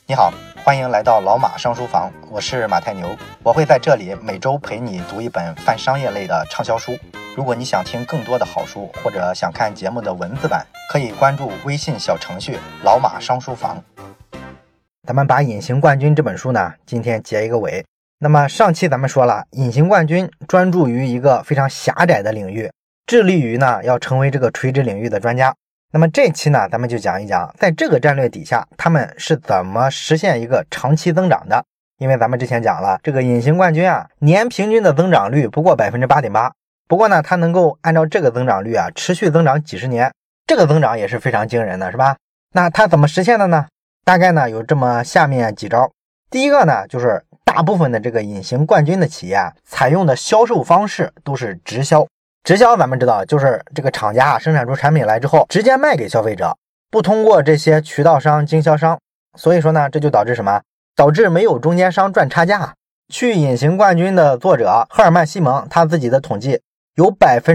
你好，欢迎来到老马商书房，我是马太牛，我会在这里每周陪你读一本泛商业类的畅销书。如果你想听更多的好书，或者想看节目的文字版，可以关注微信小程序老马商书房。咱们把《隐形冠军》这本书呢，今天结一个尾。那么上期咱们说了，隐形冠军专注于一个非常狭窄的领域，致力于呢要成为这个垂直领域的专家。那么这期呢，咱们就讲一讲，在这个战略底下，他们是怎么实现一个长期增长的。因为咱们之前讲了，这个隐形冠军啊，年平均的增长率不过 8.8%， 不过呢，它能够按照这个增长率啊，持续增长几十年，这个增长也是非常惊人的，是吧？那它怎么实现的呢？大概呢有这么下面几招。第一个呢，就是大部分的这个隐形冠军的企业啊，采用的销售方式都是直销。直销咱们知道，就是这个厂家生产出产品来之后，直接卖给消费者，不通过这些渠道商、经销商。所以说呢，这就导致什么？导致没有中间商赚差价。去隐形冠军的作者赫尔曼·西蒙他自己的统计，有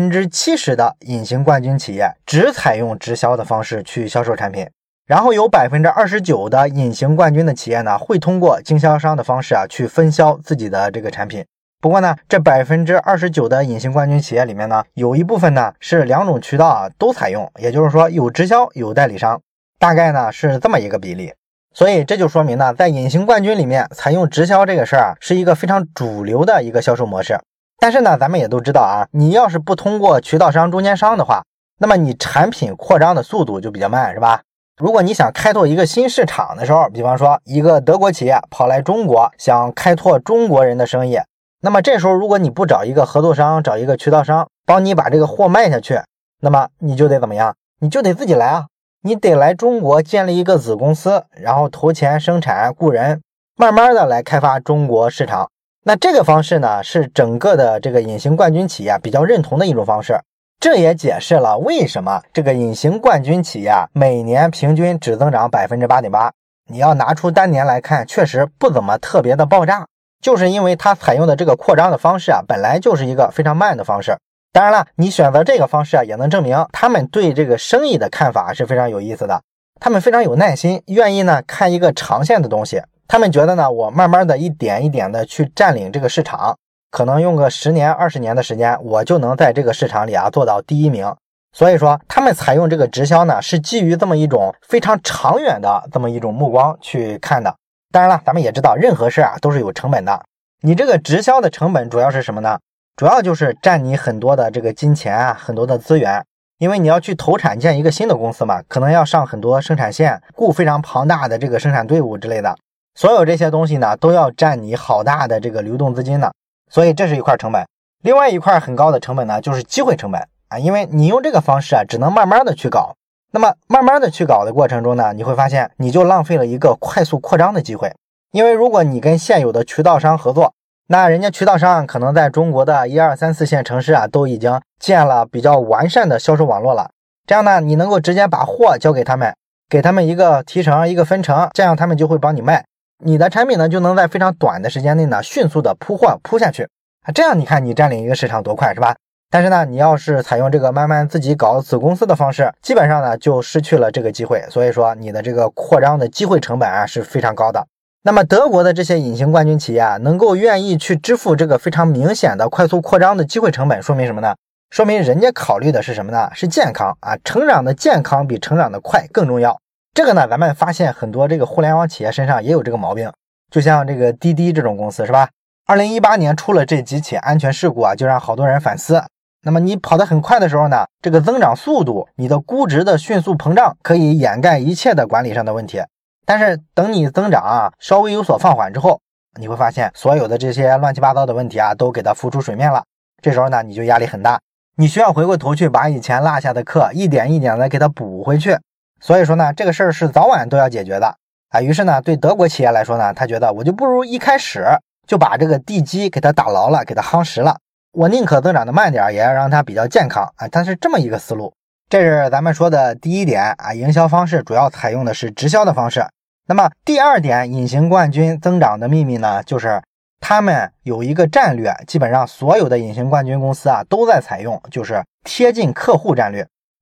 70% 的隐形冠军企业只采用直销的方式去销售产品，然后有 29% 的隐形冠军的企业呢，会通过经销商的方式啊去分销自己的这个产品。不过呢，这 29% 的隐形冠军企业里面呢，有一部分呢是两种渠道啊都采用，也就是说有直销有代理商，大概呢是这么一个比例。所以这就说明呢，在隐形冠军里面采用直销这个事儿啊，是一个非常主流的一个销售模式。但是呢，咱们也都知道啊，你要是不通过渠道商、中间商的话，那么你产品扩张的速度就比较慢，是吧？如果你想开拓一个新市场的时候，比方说一个德国企业跑来中国，想开拓中国人的生意，那么这时候如果你不找一个合作商，找一个渠道商帮你把这个货卖下去，那么你就得怎么样？你就得自己来啊！你得来中国建立一个子公司，然后投钱生产雇人，慢慢的来开发中国市场。那这个方式呢，是整个的这个隐形冠军企业比较认同的一种方式。这也解释了为什么这个隐形冠军企业每年平均只增长 8.8%。你要拿出单年来看，确实不怎么特别的爆炸。就是因为它采用的这个扩张的方式啊，本来就是一个非常慢的方式。当然了，你选择这个方式啊，也能证明他们对这个生意的看法是非常有意思的。他们非常有耐心，愿意呢看一个长线的东西。他们觉得呢，我慢慢的一点一点的去占领这个市场，可能用个10年、20年的时间，我就能在这个市场里啊做到第一名。所以说，他们采用这个直销呢，是基于这么一种非常长远的这么一种目光去看的。当然了，咱们也知道任何事啊都是有成本的。你这个直销的成本主要是什么呢？主要就是占你很多的这个金钱啊，很多的资源。因为你要去投产建一个新的公司嘛，可能要上很多生产线，雇非常庞大的这个生产队伍之类的。所有这些东西呢，都要占你好大的这个流动资金呢。所以这是一块成本。另外一块很高的成本呢，就是机会成本啊，因为你用这个方式啊，只能慢慢的去搞。那么慢慢的去搞的过程中呢，你会发现你就浪费了一个快速扩张的机会。因为如果你跟现有的渠道商合作，那人家渠道商可能在中国的1、2、3、4线城市啊，都已经建了比较完善的销售网络了。这样呢，你能够直接把货交给他们，给他们一个提成一个分成，这样他们就会帮你卖。你的产品呢，就能在非常短的时间内呢，迅速的铺货铺下去。这样你看你占领一个市场多快，是吧？但是呢，你要是采用这个慢慢自己搞子公司的方式，基本上呢就失去了这个机会。所以说你的这个扩张的机会成本啊是非常高的。那么德国的这些隐形冠军企业啊，能够愿意去支付这个非常明显的快速扩张的机会成本，说明什么呢？说明人家考虑的是什么呢？是健康啊，成长的健康比成长的快更重要。这个呢，咱们发现很多这个互联网企业身上也有这个毛病，就像这个滴滴这种公司，是吧？2018年出了这几起安全事故啊，就让好多人反思。那么你跑得很快的时候呢，这个增长速度，你的估值的迅速膨胀可以掩盖一切的管理上的问题。但是等你增长啊稍微有所放缓之后，你会发现所有的这些乱七八糟的问题啊都给它浮出水面了。这时候呢，你就压力很大，你需要回过头去把以前落下的课一点一点的给它补回去。所以说呢，这个事儿是早晚都要解决的啊。于是呢，对德国企业来说呢，他觉得我就不如一开始就把这个地基给它打牢了，给它夯实了。我宁可增长的慢点，也要让它比较健康啊。它是这么一个思路。这是咱们说的第一点啊，营销方式主要采用的是直销的方式。那么第二点，隐形冠军增长的秘密呢，就是他们有一个战略，基本上所有的隐形冠军公司啊都在采用，就是贴近客户战略。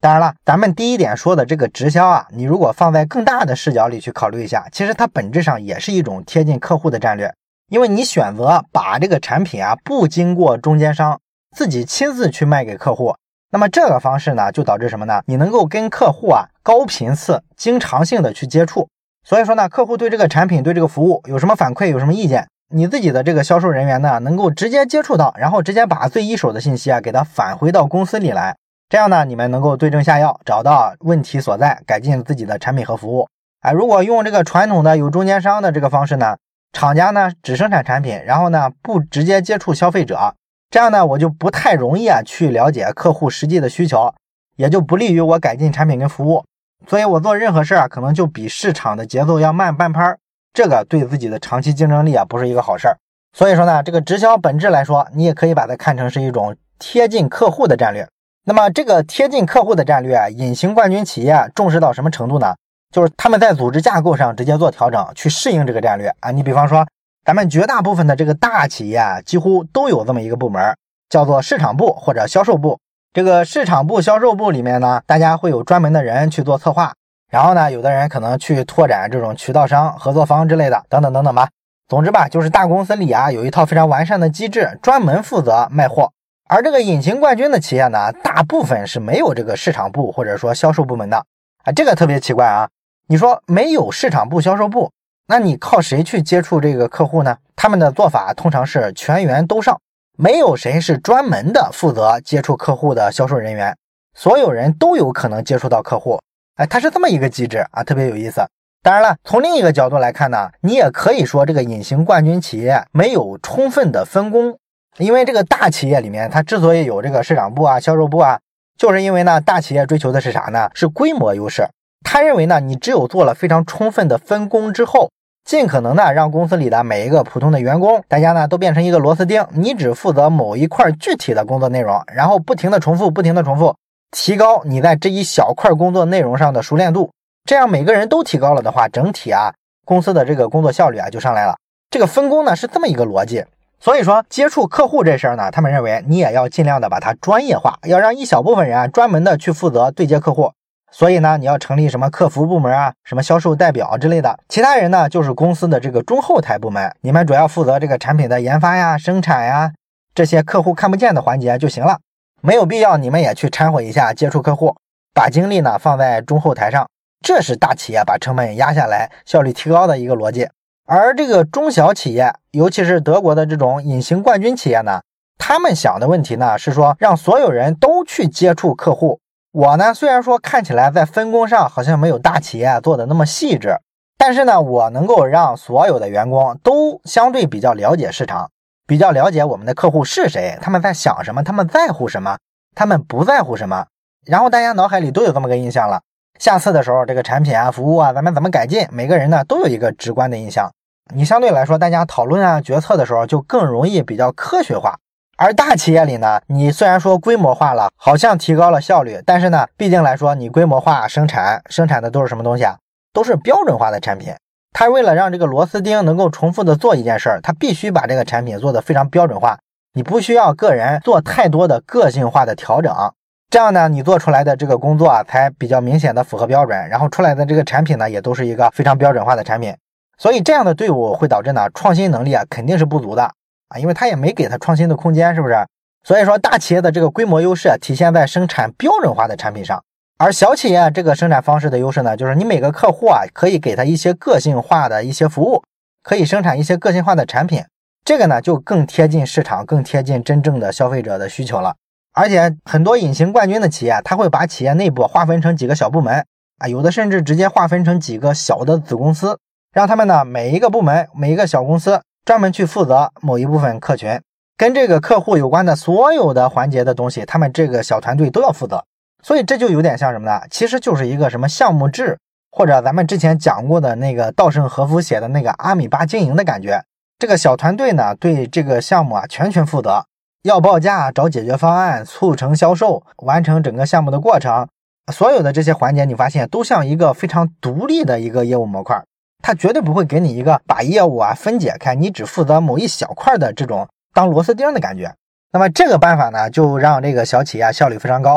当然了，咱们第一点说的这个直销啊，你如果放在更大的视角里去考虑一下，其实它本质上也是一种贴近客户的战略。因为你选择把这个产品啊不经过中间商，自己亲自去卖给客户，那么这个方式呢就导致什么呢？你能够跟客户啊高频次经常性的去接触。所以说呢，客户对这个产品对这个服务有什么反馈有什么意见，你自己的这个销售人员呢能够直接接触到，然后直接把最一手的信息啊给它返回到公司里来。这样呢，你们能够对症下药，找到问题所在，改进自己的产品和服务。如果用这个传统的有中间商的这个方式呢，厂家呢只生产产品，然后呢不直接接触消费者，这样呢我就不太容易去了解客户实际的需求，也就不利于我改进产品跟服务。所以我做任何事可能就比市场的节奏要慢半拍，这个对自己的长期竞争力不是一个好事儿。所以说呢，这个直销本质来说，你也可以把它看成是一种贴近客户的战略。那么这个贴近客户的战略隐形冠军企业重视到什么程度呢？就是他们在组织架构上直接做调整，去适应这个战略你比方说咱们绝大部分的这个大企业几乎都有这么一个部门，叫做市场部或者销售部。这个市场部销售部里面呢，大家会有专门的人去做策划，然后呢有的人可能去拓展这种渠道商合作方之类的等等等等吧。总之吧，就是大公司里有一套非常完善的机制，专门负责卖货。而这个隐形冠军的企业呢，大部分是没有这个市场部或者说销售部门的这个特别奇怪啊。你说没有市场部销售部，那你靠谁去接触这个客户呢？他们的做法通常是全员都上，没有谁是专门的负责接触客户的销售人员，所有人都有可能接触到客户。它是这么一个机制特别有意思。当然了，从另一个角度来看呢，你也可以说这个隐形冠军企业没有充分的分工。因为这个大企业里面，它之所以有这个市场部销售部就是因为呢，大企业追求的是啥呢？是规模优势。他认为呢，你只有做了非常充分的分工之后，尽可能的让公司里的每一个普通的员工，大家呢都变成一个螺丝钉，你只负责某一块具体的工作内容，然后不停的重复，提高你在这一小块工作内容上的熟练度。这样每个人都提高了的话，整体公司的这个工作效率就上来了。这个分工呢是这么一个逻辑。所以说接触客户这事儿呢，他们认为你也要尽量的把它专业化，要让一小部分人专门的去负责对接客户。所以呢，你要成立什么客服部门什么销售代表之类的，其他人呢就是公司的这个中后台部门，你们主要负责这个产品的研发生产这些客户看不见的环节就行了，没有必要你们也去掺和一下接触客户，把精力呢放在中后台上。这是大企业把成本压下来，效率提高的一个逻辑。而这个中小企业，尤其是德国的这种隐形冠军企业呢，他们想的问题呢是说让所有人都去接触客户。我呢虽然说看起来在分工上好像没有大企业做的那么细致，但是呢我能够让所有的员工都相对比较了解市场，比较了解我们的客户是谁，他们在想什么，他们在乎什么，他们不在乎什么，然后大家脑海里都有这么个印象了。下次的时候这个产品服务咱们怎么改进，每个人呢都有一个直观的印象。你相对来说大家讨论决策的时候就更容易比较科学化。而大企业里呢，你虽然说规模化了，好像提高了效率，但是呢毕竟来说你规模化生产的都是什么东西都是标准化的产品。它为了让这个螺丝钉能够重复的做一件事儿，它必须把这个产品做得非常标准化，你不需要个人做太多的个性化的调整，这样呢你做出来的这个工作才比较明显的符合标准，然后出来的这个产品呢也都是一个非常标准化的产品。所以这样的队伍会导致呢创新能力肯定是不足的因为他也没给他创新的空间，是不是？所以说大企业的这个规模优势体现在生产标准化的产品上，而小企业这个生产方式的优势呢，就是你每个客户可以给他一些个性化的一些服务，可以生产一些个性化的产品，这个呢就更贴近市场，更贴近真正的消费者的需求了。而且很多隐形冠军的企业，他会把企业内部划分成几个小部门有的甚至直接划分成几个小的子公司，让他们呢每一个部门每一个小公司专门去负责某一部分客群，跟这个客户有关的所有的环节的东西，他们这个小团队都要负责。所以这就有点像什么呢？其实就是一个什么项目制，或者咱们之前讲过的那个稻盛和夫写的那个阿米巴经营的感觉。这个小团队呢对这个项目全权负责，要报价、找解决方案、促成销售、完成整个项目的过程，所有的这些环节你发现都像一个非常独立的一个业务模块，它绝对不会给你一个把业务分解开，你只负责某一小块的这种当螺丝钉的感觉。那么这个办法呢就让这个小企业效率非常高，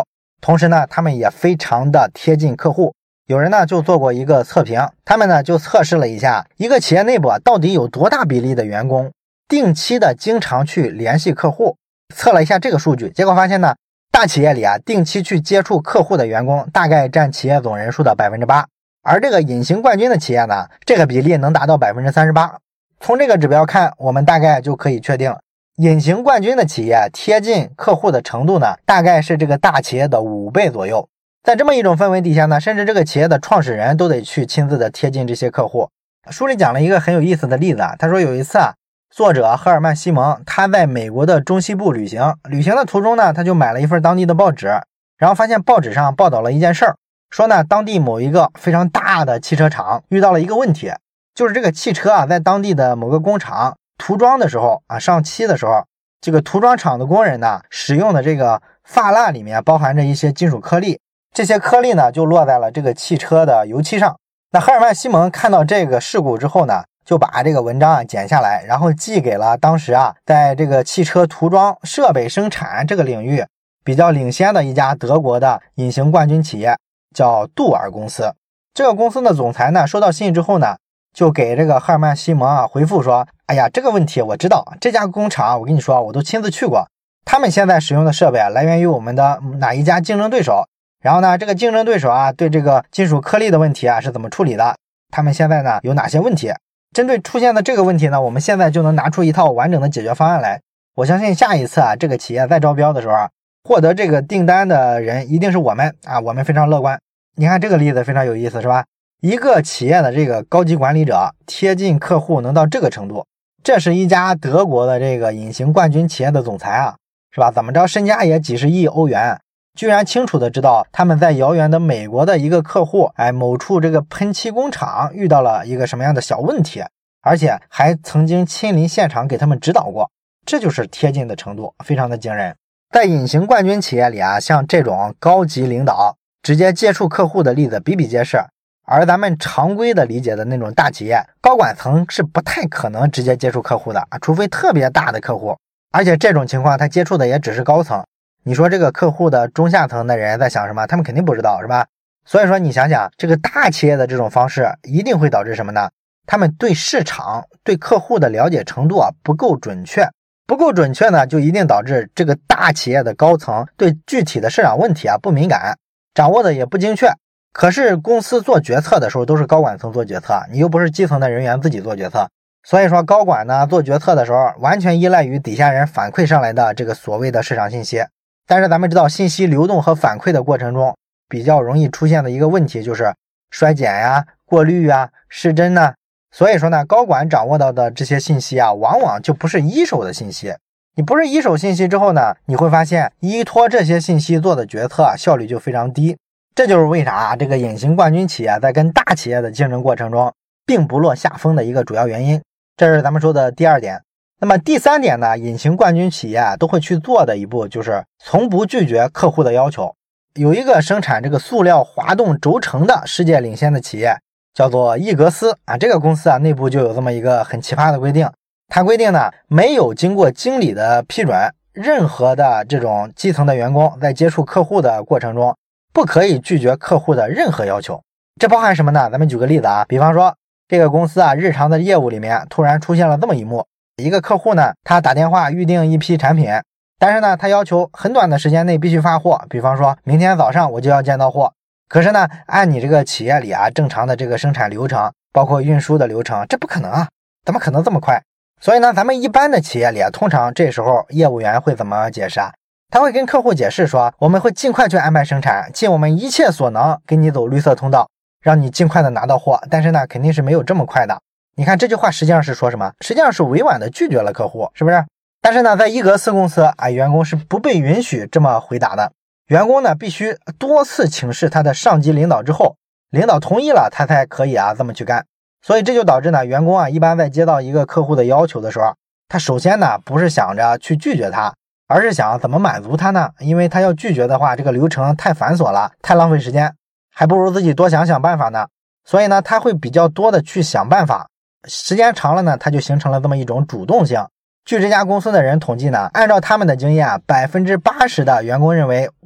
同时呢，他们也非常的贴近客户。有人呢就做过一个测评，他们呢就测试了一下一个企业内部到底有多大比例的员工定期的经常去联系客户，测了一下这个数据，结果发现呢，大企业里定期去接触客户的员工大概占企业总人数的 8%， 而这个隐形冠军的企业呢，这个比例能达到 38%。 从这个指标看，我们大概就可以确定隐形冠军的企业贴近客户的程度呢，大概是这个大企业的5倍左右。在这么一种氛围底下呢，甚至这个企业的创始人都得去亲自的贴近这些客户。书里讲了一个很有意思的例子，他说有一次作者赫尔曼·西蒙他在美国的中西部旅行的途中呢，他就买了一份当地的报纸，然后发现报纸上报道了一件事儿，说呢，当地某一个非常大的汽车厂遇到了一个问题，就是这个汽车在当地的某个工厂涂装的时候上漆的时候，这个涂装厂的工人呢使用的这个发蜡里面包含着一些金属颗粒，这些颗粒呢就落在了这个汽车的油漆上。那赫尔曼·西蒙看到这个事故之后呢，就把这个文章剪下来，然后寄给了当时在这个汽车涂装设备生产这个领域比较领先的一家德国的隐形冠军企业，叫杜尔公司。这个公司的总裁呢收到信之后呢，就给这个赫尔曼·西蒙回复说，哎呀，这个问题我知道，这家工厂我跟你说我都亲自去过，他们现在使用的设备来源于我们的哪一家竞争对手，然后呢这个竞争对手对这个金属颗粒的问题是怎么处理的，他们现在呢有哪些问题，针对出现的这个问题呢，我们现在就能拿出一套完整的解决方案来。我相信下一次这个企业再招标的时候获得这个订单的人一定是我们我们非常乐观。你看这个例子非常有意思是吧？一个企业的这个高级管理者贴近客户能到这个程度，这是一家德国的这个隐形冠军企业的总裁是吧？怎么着身家也几十亿欧元，居然清楚的知道他们在遥远的美国的一个客户某处这个喷漆工厂遇到了一个什么样的小问题，而且还曾经亲临现场给他们指导过，这就是贴近的程度，非常的惊人。在隐形冠军企业里像这种高级领导直接接触客户的例子比比皆是，而咱们常规的理解的那种大企业高管层是不太可能直接接触客户的除非特别大的客户，而且这种情况他接触的也只是高层，你说这个客户的中下层的人在想什么，他们肯定不知道是吧？所以说你想想，这个大企业的这种方式一定会导致什么呢？他们对市场对客户的了解程度不够准确，不够准确呢就一定导致这个大企业的高层对具体的市场问题不敏感，掌握的也不精确。可是公司做决策的时候都是高管层做决策，你又不是基层的人员自己做决策，所以说高管呢做决策的时候完全依赖于底下人反馈上来的这个所谓的市场信息。但是咱们知道信息流动和反馈的过程中比较容易出现的一个问题就是衰减过滤失真所以说呢，高管掌握到的这些信息往往就不是一手的信息。你不是一手信息之后呢，你会发现依托这些信息做的决策效率就非常低。这就是为啥这个隐形冠军企业在跟大企业的竞争过程中并不落下风的一个主要原因。这是咱们说的第二点。那么第三点呢，隐形冠军企业都会去做的一步就是从不拒绝客户的要求。有一个生产这个塑料滑动轴承的世界领先的企业叫做易格斯这个公司内部就有这么一个很奇葩的规定，它规定呢，没有经过经理的批准，任何的这种基层的员工在接触客户的过程中不可以拒绝客户的任何要求。这包含什么呢？咱们举个例子比方说这个公司日常的业务里面突然出现了这么一幕，一个客户呢，他打电话预定一批产品，但是呢他要求很短的时间内必须发货，比方说明天早上我就要见到货。可是呢按你这个企业里正常的这个生产流程包括运输的流程，这不可能怎么可能这么快？所以呢咱们一般的企业里通常这时候业务员会怎么解释他会跟客户解释说，我们会尽快去安排生产，尽我们一切所能给你走绿色通道，让你尽快的拿到货，但是呢肯定是没有这么快的。你看这句话实际上是说什么？实际上是委婉的拒绝了客户，是不是？但是呢在伊格斯公司员工是不被允许这么回答的。员工呢必须多次请示他的上级领导之后，领导同意了他才可以这么去干。所以这就导致呢员工一般在接到一个客户的要求的时候，他首先呢不是想着去拒绝他，而是想怎么满足他呢？因为他要拒绝的话，这个流程太繁琐了，太浪费时间，还不如自己多想想办法呢。所以呢他会比较多的去想办法，时间长了呢他就形成了这么一种主动性。据这家公司的人统计呢，按照他们的经验80%的员工认为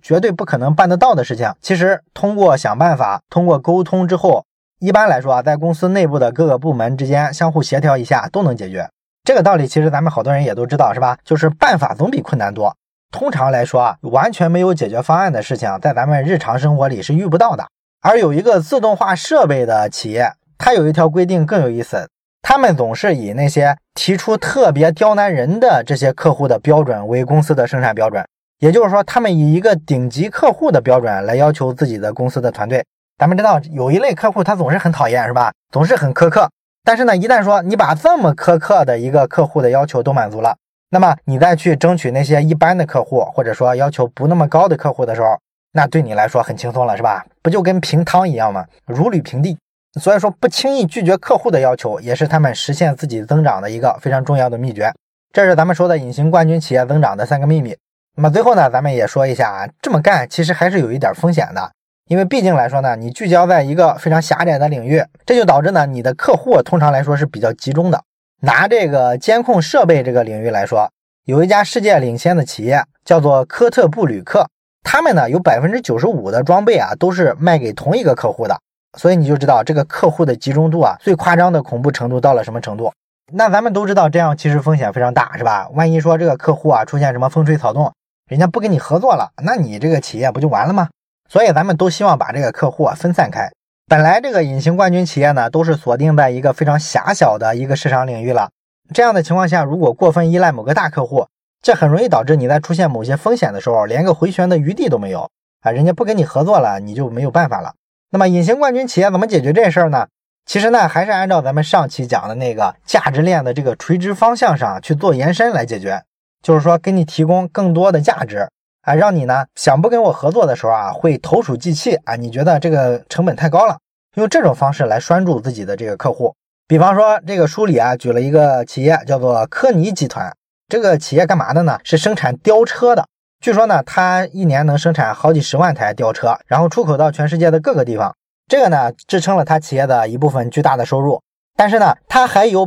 绝对不可能办得到的事情，其实通过想办法，通过沟通之后，一般来说啊，在公司内部的各个部门之间相互协调一下都能解决。这个道理其实咱们好多人也都知道，是吧？就是办法总比困难多。通常来说啊，完全没有解决方案的事情，在咱们日常生活里是遇不到的。而有一个自动化设备的企业，它有一条规定更有意思，他们总是以那些提出特别刁难人的这些客户的标准为公司的生产标准。也就是说，他们以一个顶级客户的标准来要求自己的公司的团队。咱们知道有一类客户他总是很讨厌，是吧？总是很苛刻。但是呢，一旦说你把这么苛刻的一个客户的要求都满足了，那么你再去争取那些一般的客户，或者说要求不那么高的客户的时候，那对你来说很轻松了，是吧？不就跟平汤一样吗？如履平地。所以说不轻易拒绝客户的要求，也是他们实现自己增长的一个非常重要的秘诀。这是咱们说的隐形冠军企业增长的3个秘密。那么最后呢，咱们也说一下啊，这么干其实还是有一点风险的。因为毕竟来说呢，你聚焦在一个非常狭窄的领域，这就导致呢，你的客户通常来说是比较集中的。拿这个监控设备这个领域来说，有一家世界领先的企业叫做科特布吕克，他们呢有 95% 的装备啊都是卖给同一个客户的。所以你就知道这个客户的集中度啊，最夸张的恐怖程度到了什么程度。那咱们都知道这样其实风险非常大，是吧？万一说这个客户啊出现什么风吹草动，人家不跟你合作了，那你这个企业不就完了吗？所以咱们都希望把这个客户啊分散开。本来这个隐形冠军企业呢都是锁定在一个非常狭小的一个市场领域了，这样的情况下，如果过分依赖某个大客户，这很容易导致你在出现某些风险的时候连个回旋的余地都没有啊，人家不跟你合作了，你就没有办法了。那么隐形冠军企业怎么解决这事儿呢？其实呢还是按照咱们上期讲的那个价值链的这个垂直方向上去做延伸来解决，就是说给你提供更多的价值啊，让你呢想不跟我合作的时候啊会投鼠忌器啊，你觉得这个成本太高了，用这种方式来拴住自己的这个客户。比方说这个书里啊举了一个企业叫做科尼集团，这个企业干嘛的呢？是生产吊车的。据说呢它一年能生产好几十万台吊车，然后出口到全世界的各个地方，这个呢支撑了它企业的一部分巨大的收入。但是呢它还有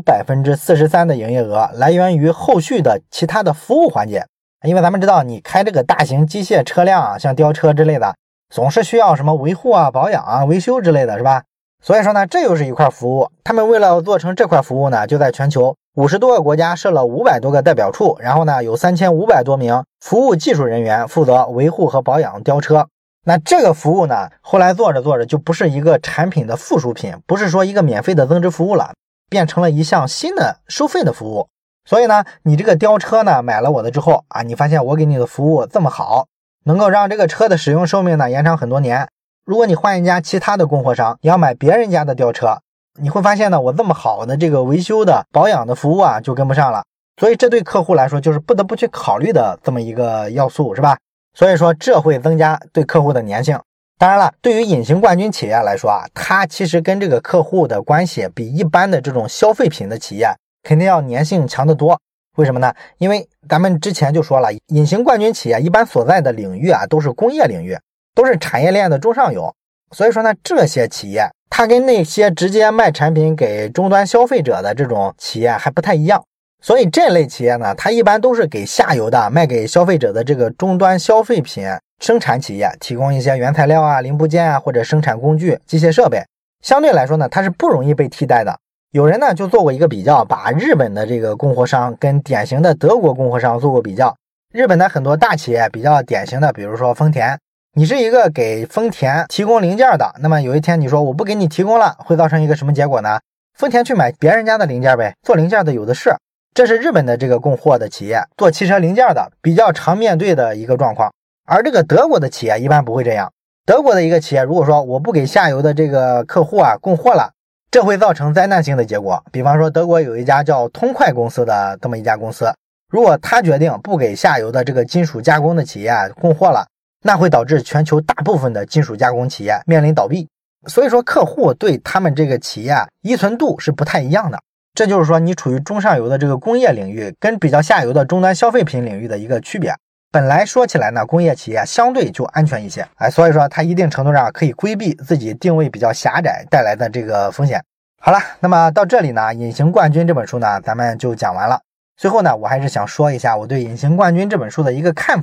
43% 的营业额来源于后续的其他的服务环节。因为咱们知道你开这个大型机械车辆啊，像吊车之类的，总是需要什么维护啊、保养啊、维修之类的，是吧？所以说呢这又是一块服务。他们为了做成这块服务呢，就在全球50多个国家设了500多个代表处，然后呢有3500多名服务技术人员负责维护和保养吊车。那这个服务呢后来做着做着就不是一个产品的附属品，不是说一个免费的增值服务了，变成了一项新的收费的服务。所以呢你这个吊车呢买了我的之后啊，你发现我给你的服务这么好，能够让这个车的使用寿命呢延长很多年。如果你换一家其他的供货商，你要买别人家的吊车，你会发现呢我这么好的这个维修的保养的服务啊就跟不上了。所以这对客户来说就是不得不去考虑的这么一个要素，是吧？所以说这会增加对客户的粘性。当然了，对于隐形冠军企业来说啊，它其实跟这个客户的关系比一般的这种消费品的企业肯定要粘性强得多。为什么呢？因为咱们之前就说了，隐形冠军企业一般所在的领域啊都是工业领域，都是产业链的中上游。所以说呢这些企业它跟那些直接卖产品给终端消费者的这种企业还不太一样。所以这类企业呢，它一般都是给下游的卖给消费者的这个终端消费品生产企业提供一些原材料啊、零部件啊，或者生产工具、机械设备。相对来说呢，它是不容易被替代的。有人呢就做过一个比较，把日本的这个供货商跟典型的德国供货商做过比较。日本的很多大企业比较典型的，比如说丰田，你是一个给丰田提供零件的，那么有一天你说我不给你提供了，会造成一个什么结果呢？丰田去买别人家的零件呗，做零件的有的是。这是日本的这个供货的企业做汽车零件的比较常面对的一个状况。而这个德国的企业一般不会这样。德国的一个企业如果说我不给下游的这个客户啊供货了，这会造成灾难性的结果。比方说德国有一家叫通快公司的这么一家公司，如果他决定不给下游的这个金属加工的企业供货了，那会导致全球大部分的金属加工企业面临倒闭。所以说客户对他们这个企业依存度是不太一样的。这就是说你处于中上游的这个工业领域跟比较下游的终端消费品领域的一个区别。本来说起来呢，工业企业相对就安全一些，所以说它一定程度上可以规避自己定位比较狭窄带来的这个风险。好了，那么到这里呢，隐形冠军这本书呢咱们就讲完了。最后呢，我还是想说一下我对隐形冠军这本书的一个看法。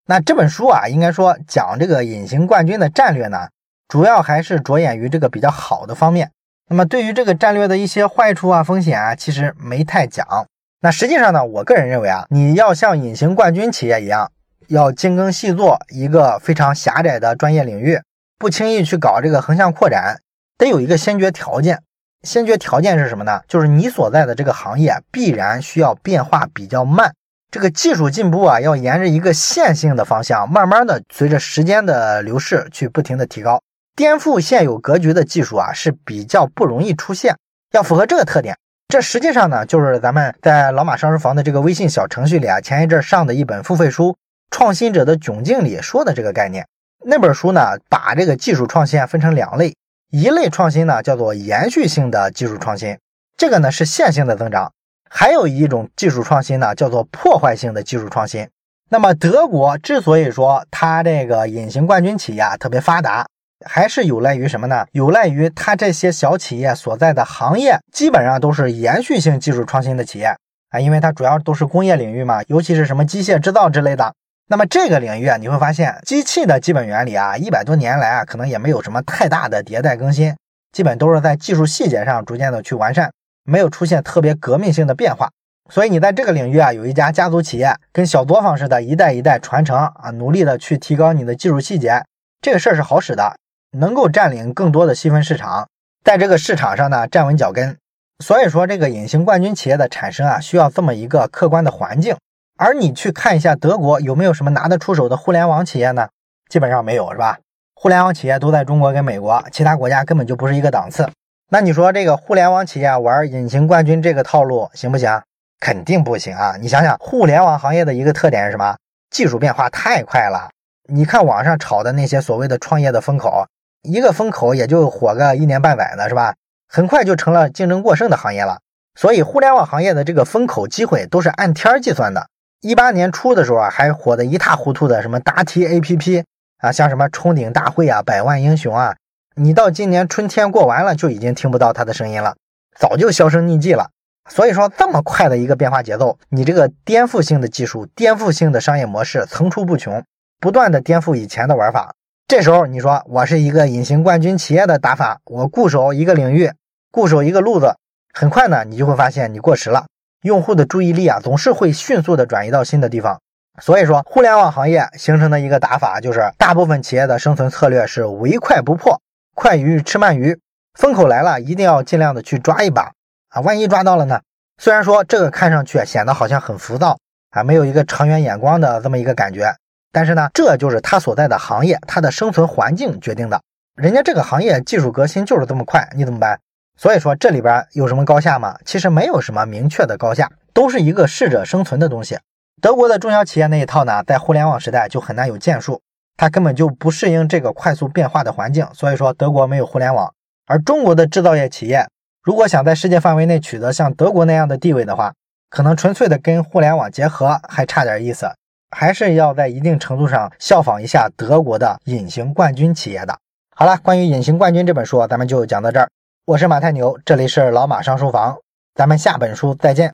那这本书啊，应该说讲这个隐形冠军的战略呢，主要还是着眼于这个比较好的方面。那么对于这个战略的一些坏处啊、风险啊，其实没太讲。那实际上呢，我个人认为啊，你要像隐形冠军企业一样，要精耕细作一个非常狭窄的专业领域，不轻易去搞这个横向扩展，得有一个先决条件。先决条件是什么呢？就是你所在的这个行业必然需要变化比较慢，这个技术进步啊，要沿着一个线性的方向，慢慢的随着时间的流逝去不停的提高。颠覆现有格局的技术啊，是比较不容易出现，要符合这个特点。这实际上呢，就是咱们在老马上书房的这个微信小程序里啊，前一阵上的一本付费书《创新者的窘境》里说的这个概念。那本书呢，把这个技术创新分成两类，一类创新呢叫做延续性的技术创新，这个呢是线性的增长。还有一种技术创新呢，叫做破坏性的技术创新。那么德国之所以说它这个隐形冠军企业特别发达，还是有赖于什么呢？有赖于它这些小企业所在的行业基本上都是延续性技术创新的企业啊，因为它主要都是工业领域嘛，尤其是什么机械制造之类的。那么这个领域你会发现机器的基本原理100多年来可能也没有什么太大的迭代更新，基本都是在技术细节上逐渐的去完善，没有出现特别革命性的变化。所以你在这个领域有一家家族企业跟小作坊似的一代一代传承努力的去提高你的技术细节，这个事儿是好使的，能够占领更多的细分市场，在这个市场上呢站稳脚跟。所以说这个隐形冠军企业的产生需要这么一个客观的环境。而你去看一下德国有没有什么拿得出手的互联网企业呢？基本上没有，是吧？互联网企业都在中国跟美国，其他国家根本就不是一个档次。那你说这个互联网企业玩隐形冠军这个套路行不行？肯定不行啊！你想想，互联网行业的一个特点是什么？技术变化太快了。你看网上炒的那些所谓的创业的风口，一个风口也就火个1年半载的，是吧？很快就成了竞争过剩的行业了。所以互联网行业的这个风口机会都是按天计算的。18年初的时候还火得一塌糊涂的什么答题 APP 像什么冲顶大会百万英雄你到今年春天过完了就已经听不到他的声音了，早就销声匿迹了。所以说这么快的一个变化节奏，你这个颠覆性的技术、颠覆性的商业模式层出不穷，不断的颠覆以前的玩法。这时候你说我是一个隐形冠军企业的打法，我固守一个领域，固守一个路子，很快呢你就会发现你过时了，用户的注意力总是会迅速的转移到新的地方。所以说互联网行业形成的一个打法就是大部分企业的生存策略是唯快不破，快鱼吃慢鱼，风口来了一定要尽量的去抓一把万一抓到了呢，虽然说这个看上去显得好像很浮躁没有一个长远眼光的这么一个感觉，但是呢这就是它所在的行业它的生存环境决定的，人家这个行业技术革新就是这么快，你怎么办？所以说这里边有什么高下吗？其实没有什么明确的高下，都是一个适者生存的东西。德国的中小企业那一套呢，在互联网时代就很难有建树，它根本就不适应这个快速变化的环境，所以说德国没有互联网。而中国的制造业企业如果想在世界范围内取得像德国那样的地位的话，可能纯粹的跟互联网结合还差点意思，还是要在一定程度上效仿一下德国的隐形冠军企业的。好了，关于隐形冠军这本书咱们就讲到这儿。我是马太牛，这里是老马上书房，咱们下本书再见。